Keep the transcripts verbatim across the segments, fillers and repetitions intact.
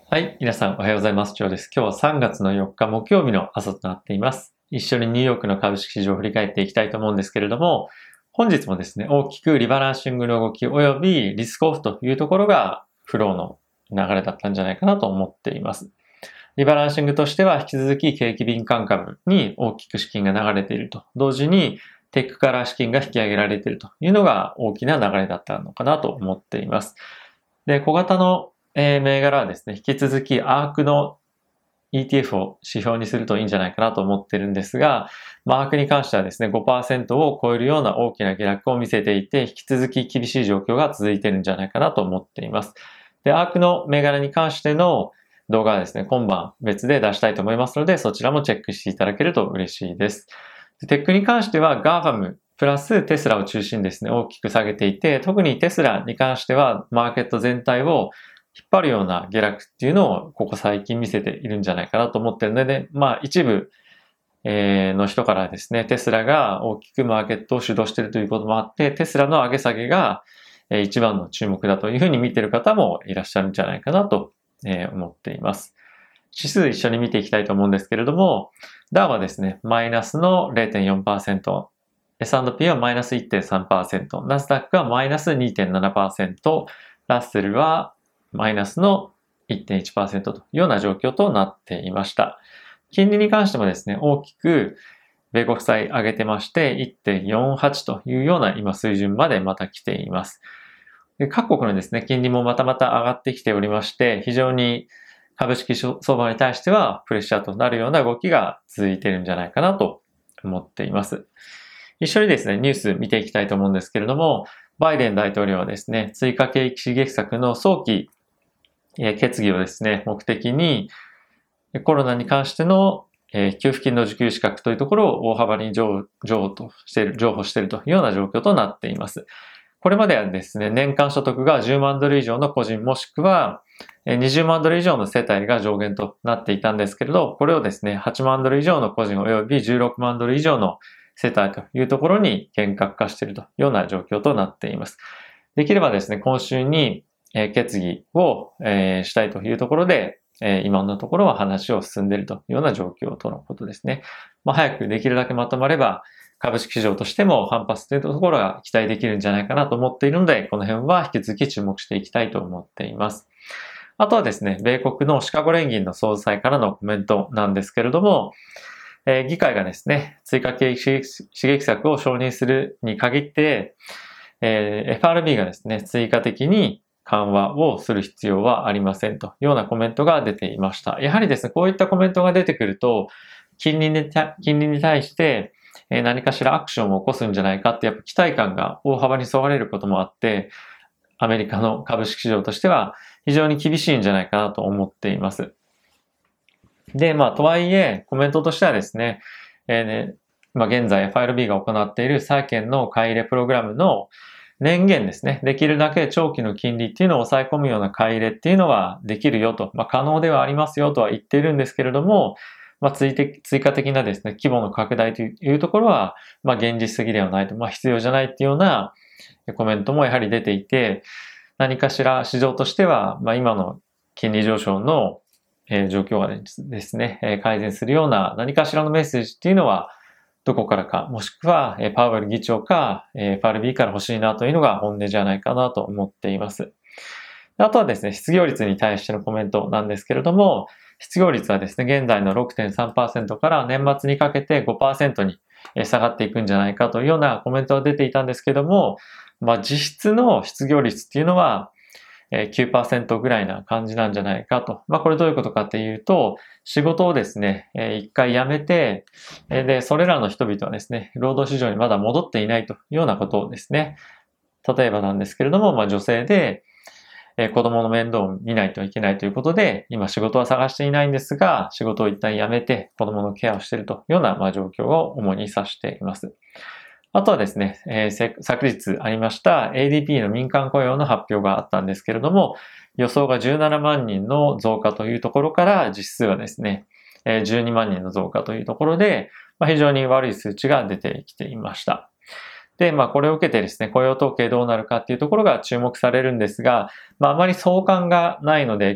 はい。皆さんおはようございます。ジョーです。今日はさんがつのよっか木曜日の朝となっています。一緒にニューヨークの株式市場を振り返っていきたいと思うんですけれども、本日もですね、大きくリバランシングの動き及びリスクオフというところがフローの流れだったんじゃないかなと思っています。リバランシングとしては引き続き景気敏感株に大きく資金が流れていると。同時にテックから資金が引き上げられているというのが大きな流れだったのかなと思っています。で、小型のえー、銘柄はですね、引き続きアークの イーティーエフ を指標にするといいんじゃないかなと思ってるんですが、まあ、アークに関してはですね、ごパーセント を超えるような大きな下落を見せていて、引き続き厳しい状況が続いているんじゃないかなと思っています。で、アークの銘柄に関しての動画はですね、今晩別で出したいと思いますので、そちらもチェックしていただけると嬉しいです。でテックに関しては ガーファム プラステスラを中心にですね、大きく下げていて、特にテスラに関してはマーケット全体を引っ張るような下落っていうのをここ最近見せているんじゃないかなと思っているので、まあ一部の人からですね、テスラが大きくマーケットを主導しているということもあって、テスラの上げ下げが一番の注目だというふうに見ている方もいらっしゃるんじゃないかなと思っています。指数一緒に見ていきたいと思うんですけれども、ダウはですね、マイナスの れいてんよんパーセント、エスアンドピー はマイナス いってんさんパーセント、ナスダックはマイナス にてんななパーセント、ラッセルはマイナスの いってんいちパーセント というような状況となっていました。金利に関してもですね、大きく米国債上げてまして いってんよんはち というような今水準までまた来ています。で各国のですね、金利もまたまた上がってきておりまして、非常に株式相場に対してはプレッシャーとなるような動きが続いているんじゃないかなと思っています。一緒にですね、ニュース見ていきたいと思うんですけれども、バイデン大統領はですね、追加景気刺激策の早期決議をですね、目的にコロナに関しての給付金の受給資格というところを大幅に譲歩としている、譲歩しているというような状況となっています。これまではですね、年間所得がじゅうまんドル以上の個人もしくはにじゅうまんドル以上の世帯が上限となっていたんですけれど、これをですね、はちまんドル以上の個人及びじゅうろくまんドル以上の世帯というところに厳格化しているというような状況となっています。できればですね、今週に決議をしたいというところで、今のところは話を進んでいるというような状況とのことですね。まあ、早くできるだけまとまれば、株式市場としても反発というところが期待できるんじゃないかなと思っているので、この辺は引き続き注目していきたいと思っています。あとはですね、米国のシカゴ連銀の総裁からのコメントなんですけれども、えー、議会がですね、追加景気刺激策を承認するに限って、えー、エフアールビー がですね、追加的に緩和をする必要はありませんというようなコメントが出ていました。やはりですね、こういったコメントが出てくると、金利に金利に対して何かしらアクションを起こすんじゃないかってやっぱ期待感が大幅にそがれることもあって、アメリカの株式市場としては非常に厳しいんじゃないかなと思っています。で、まあ、とはいえ、コメントとしてはですね、えーねまあ、現在 エフアールビー が行っている債券の買い入れプログラムの年限ですね。できるだけ長期の金利っていうのを抑え込むような買い入れっていうのはできるよと、まあ、可能ではありますよとは言っているんですけれども、まあ、追加的なですね、規模の拡大というところは、まあ、現実的ではないと、まあ、必要じゃないっていうようなコメントもやはり出ていて、何かしら市場としては、まあ、今の金利上昇の状況がですね、改善するような何かしらのメッセージっていうのは、どこからか、もしくはパウエル議長か エフアールビー から欲しいなというのが本音じゃないかなと思っています。あとはですね、失業率に対してのコメントなんですけれども、失業率はですね、現在の ろくてんさんパーセント から年末にかけて ごパーセント に下がっていくんじゃないかというようなコメントが出ていたんですけれども、まあ実質の失業率っていうのはきゅうパーセント ぐらいな感じなんじゃないかと。まあこれどういうことかっていうと、仕事をですね、一回辞めて、で、それらの人々はですね、労働市場にまだ戻っていないというようなことですね。例えばなんですけれども、まあ女性で、子供の面倒を見ないといけないということで、今仕事は探していないんですが、仕事を一旦辞めて子供のケアをしているというような、まあ、状況を主に指しています。あとはですね、えー、昨日ありました エーディーピー の民間雇用の発表があったんですけれども、予想がじゅうななまんにんの増加というところから実数はですね、じゅうにまんにんの増加というところで、まあ、非常に悪い数値が出てきていました。で、まあこれを受けてですね、雇用統計どうなるかっていうところが注目されるんですが、まああまり相関がないので、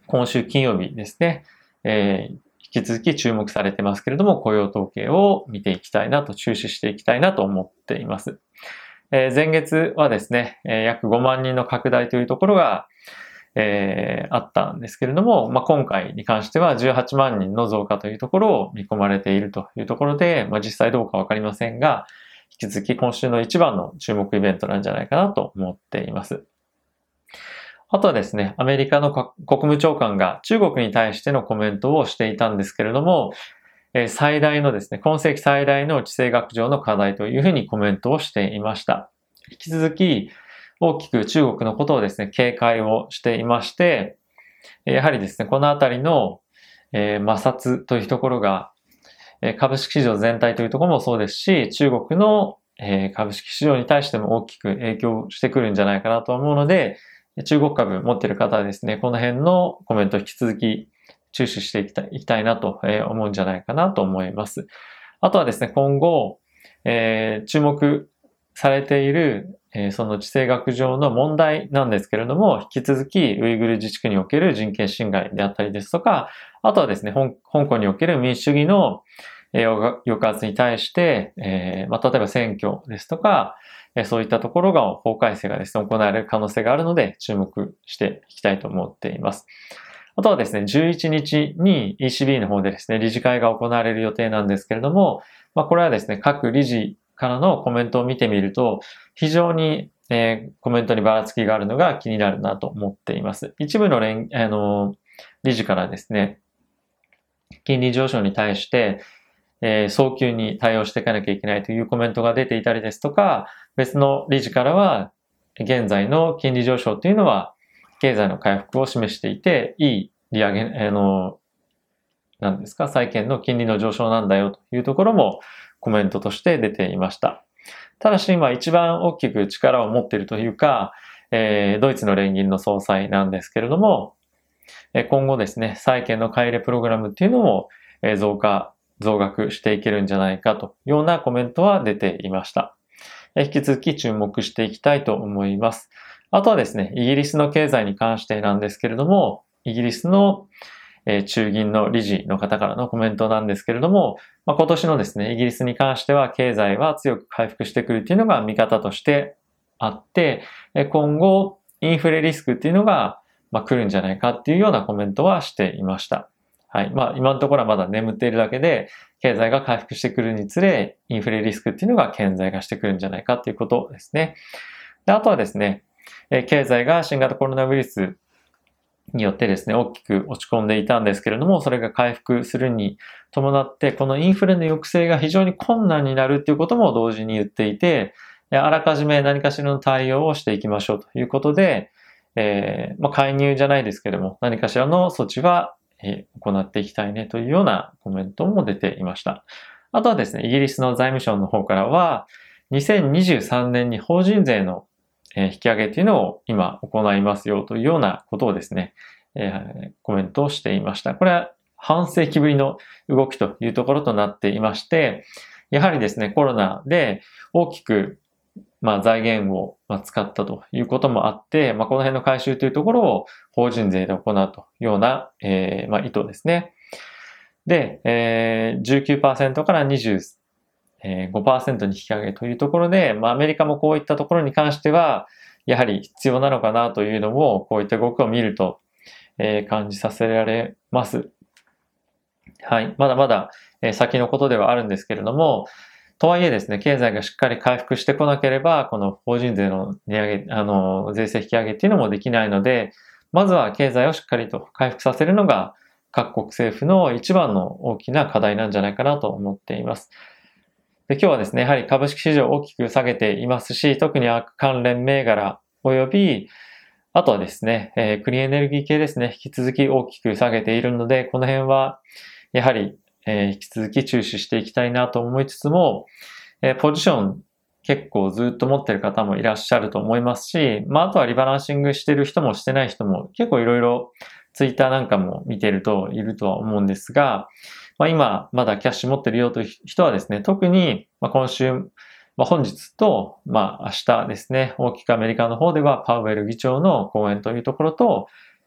今週金曜日ですね、えー、引き続き注目されてますけれども、雇用統計を見ていきたいなと、注視していきたいなと思っています。えー、前月はですね、えー、約ごまんにんの拡大というところが、えー、あったんですけれども、まあ、今回に関してはじゅうはちまんにんの増加というところを見込まれているというところで、まあ、実際どうかわかりませんが、引き続き今週の一番の注目イベントなんじゃないかなと思っています。あとはですね、アメリカの国務長官が中国に対してのコメントをしていたんですけれども、最大のですね、今世紀最大の地政学上の課題というふうにコメントをしていました。引き続き大きく中国のことをですね、警戒をしていまして、やはりですね、このあたりの摩擦というところが株式市場全体というところもそうですし、中国の株式市場に対しても大きく影響してくるんじゃないかなと思うので、中国株持っている方はですね、この辺のコメントを引き続き注視していきたい、いきたいなと思うんじゃないかなと思います。あとはですね、今後、えー、注目されている、えー、その地政学上の問題なんですけれども、引き続きウイグル自治区における人権侵害であったりですとか、あとはですね、香港における民主主義の抑圧に対して、えーまあ、例えば選挙ですとか、そういったところが法改正がですね、行われる可能性があるので注目していきたいと思っています。あとはですね、じゅういちにちに イーシービー の方でですね、理事会が行われる予定なんですけれども、まあ、これはですね、各理事からのコメントを見てみると、非常に、えー、コメントにばらつきがあるのが気になるなと思っています。一部の連、あの、理事からですね、金利上昇に対して、えー、早急に対応していかなきゃいけないというコメントが出ていたりですとか、別の理事からは、現在の金利上昇というのは、経済の回復を示していて、いい利上げ、あの、何ですか、債券の金利の上昇なんだよというところもコメントとして出ていました。ただし今一番大きく力を持っているというか、えー、ドイツの連銀の総裁なんですけれども、今後ですね、債券の買い入れプログラムっていうのも増加、増額していけるんじゃないかというようなコメントは出ていました。引き続き注目していきたいと思います。あとはですね、イギリスの経済に関してなんですけれども、イギリスの中銀の理事の方からのコメントなんですけれども、まあ、今年のですね、イギリスに関しては経済は強く回復してくるというのが見方としてあって、今後インフレリスクっていうのがまあ来るんじゃないかっていうようなコメントはしていました。はい。まあ今のところはまだ眠っているだけで、経済が回復してくるにつれ、インフレリスクっていうのが顕在化してくるんじゃないかっていうことですね。で、あとはですね、経済が新型コロナウイルスによってですね、大きく落ち込んでいたんですけれども、それが回復するに伴って、このインフレの抑制が非常に困難になるっていうことも同時に言っていて、あらかじめ何かしらの対応をしていきましょうということで、えー、まあ、介入じゃないですけれども、何かしらの措置は、えー、行っていきたいねというようなコメントも出ていました。あとはですね、イギリスの財務省の方からは、にせんにじゅうさんねんに法人税の引き上げというのを今行いますよというようなことをですね、えー、コメントをしていました。これは半世紀ぶりの動きというところとなっていまして、やはりですね、コロナで大きくまあ財源を使ったということもあって、まあこの辺の回収というところを法人税で行うというような、えー、まあ意図ですね。で、えー、じゅうきゅうパーセント からにじゅうごパーセント に引き上げというところで、まあアメリカもこういったところに関しては、やはり必要なのかなというのを、こういった動きを見ると、えー、感じさせられます。はい。まだまだ、えー、先のことではあるんですけれども、とはいえですね、経済がしっかり回復してこなければ、この法人税の値上げ、あの、税制引き上げっていうのもできないので、まずは経済をしっかりと回復させるのが、各国政府の一番の大きな課題なんじゃないかなと思っています。で、今日はですね、やはり株式市場を大きく下げていますし、特に関連銘柄及び、あとはですね、えー、クリーンエネルギー系ですね、引き続き大きく下げているので、この辺は、やはり、えー、引き続き注視していきたいなと思いつつも、えー、ポジション結構ずっと持ってる方もいらっしゃると思いますし、まあ、あとはリバランシングしてる人もしてない人も結構いろいろツイッターなんかも見てるといるとは思うんですが、まあ、今まだキャッシュ持ってるよという人はですね、特に今週、まあ、本日と、まあ、明日ですね、大きくアメリカの方ではパウエル議長の講演というところと、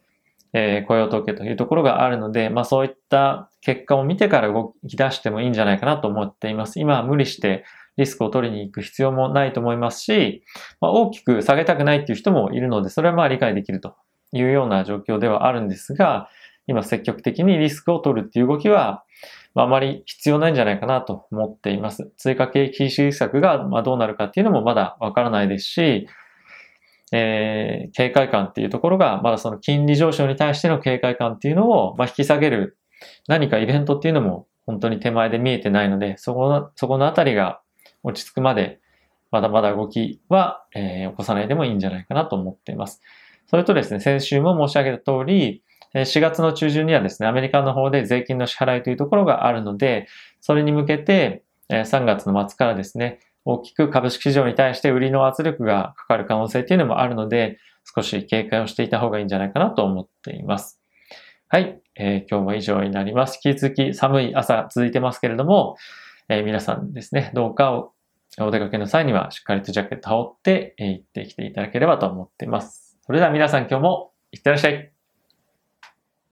えー雇用統計というところがあるので、まあそういった結果を見てから動き出してもいいんじゃないかなと思っています。今は無理してリスクを取りに行く必要もないと思いますし、まあ、大きく下げたくないっていう人もいるので、それはまあ理解できるというような状況ではあるんですが、今積極的にリスクを取るっていう動きは、まあ、あまり必要ないんじゃないかなと思っています。追加景気刺激策がまあどうなるかっていうのもまだわからないですし、えー、警戒感っていうところが、まだその金利上昇に対しての警戒感っていうのを、まあ、引き下げる何かイベントっていうのも本当に手前で見えてないので、そこの、そこのあたりが落ち着くまで、まだまだ動きは、えー、起こさないでもいいんじゃないかなと思っています。それとですね、先週も申し上げた通り、しがつの中旬にはですね、アメリカの方で税金の支払いというところがあるので、それに向けて、さんがつの末からですね、大きく株式市場に対して売りの圧力がかかる可能性っていうのもあるので、少し警戒をしていた方がいいんじゃないかなと思っています。はい、えー、今日も以上になります。引き続き寒い朝続いてますけれども、えー、皆さんですね、どうかおお出かけの際にはしっかりとジャケット羽織って、えー、行ってきていただければと思っています。それでは皆さん今日もいってらっしゃい。